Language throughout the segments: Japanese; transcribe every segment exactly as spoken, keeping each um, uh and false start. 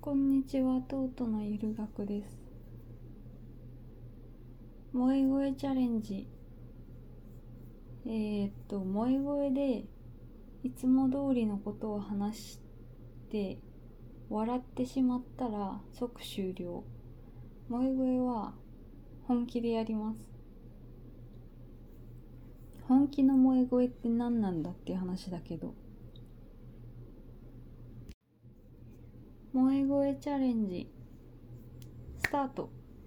こんにちは、トートのゆる学です。萌え声チャレンジ。えー、っと、萌え声でいつも通りのことを話して笑ってしまったら即終了。萌え声は本気でやります。本気の萌え声って何なんだっていう話だけど。萌え声チャレンジ、スタート。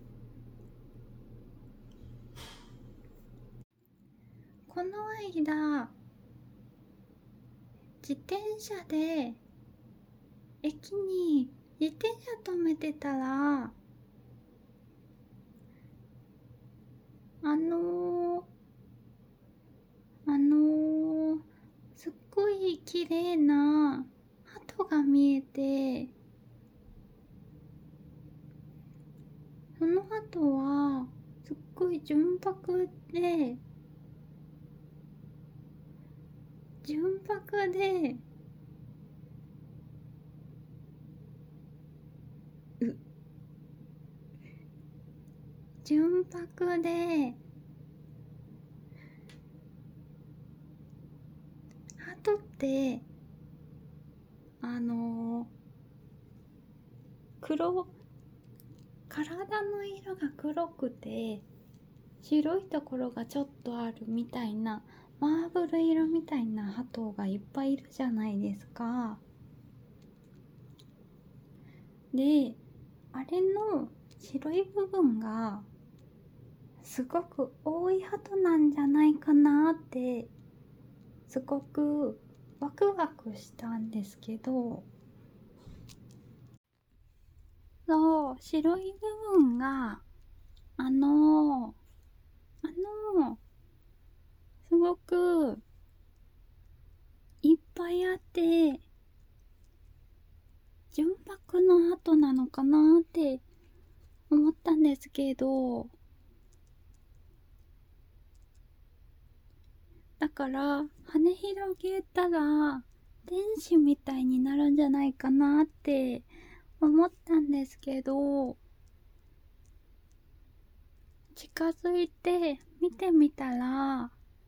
この間、自転車で駅に自転車止めてたら、あのー、あのー、すっごい綺麗な鳩が見えて、その鳩はすっごい純白で、純白で、う、純白で、鳩って、あのー、黒、体の色が黒くて白いところがちょっとあるみたいな、マーブル色みたいな鳩がいっぱいいるじゃないですか。で、あれの白い部分がすごく多い鳩なんじゃないかなって、すごくワクワクしたんですけど、そう、白い部分があのあのすごくいっぱいあって、純白の鳩なのかなって思ったんですけど、だから羽広げたら天使みたいになるんじゃないかなって思ったんですけど、近づいて見てみたら、あ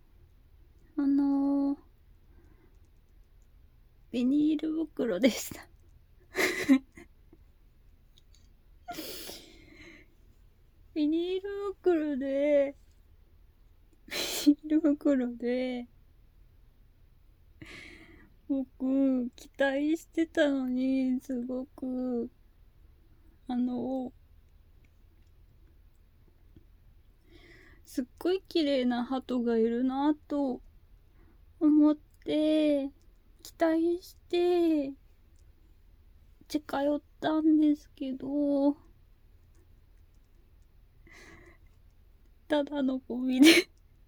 のー、ビニール袋でした。ビニール袋で、ビニール袋で、僕、期待してたのに、すごく、あの、すっごい綺麗な鳩がいるなと思って、期待して、近寄ったんですけど、ただのゴミで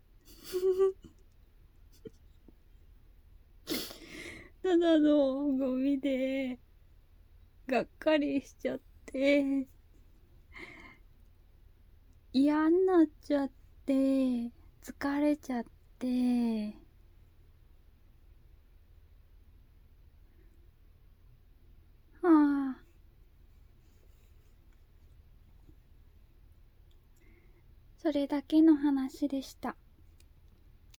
ただのゴミで、がっかりしちゃって、嫌になっちゃって、疲れちゃって、はあ、それだけの話でした。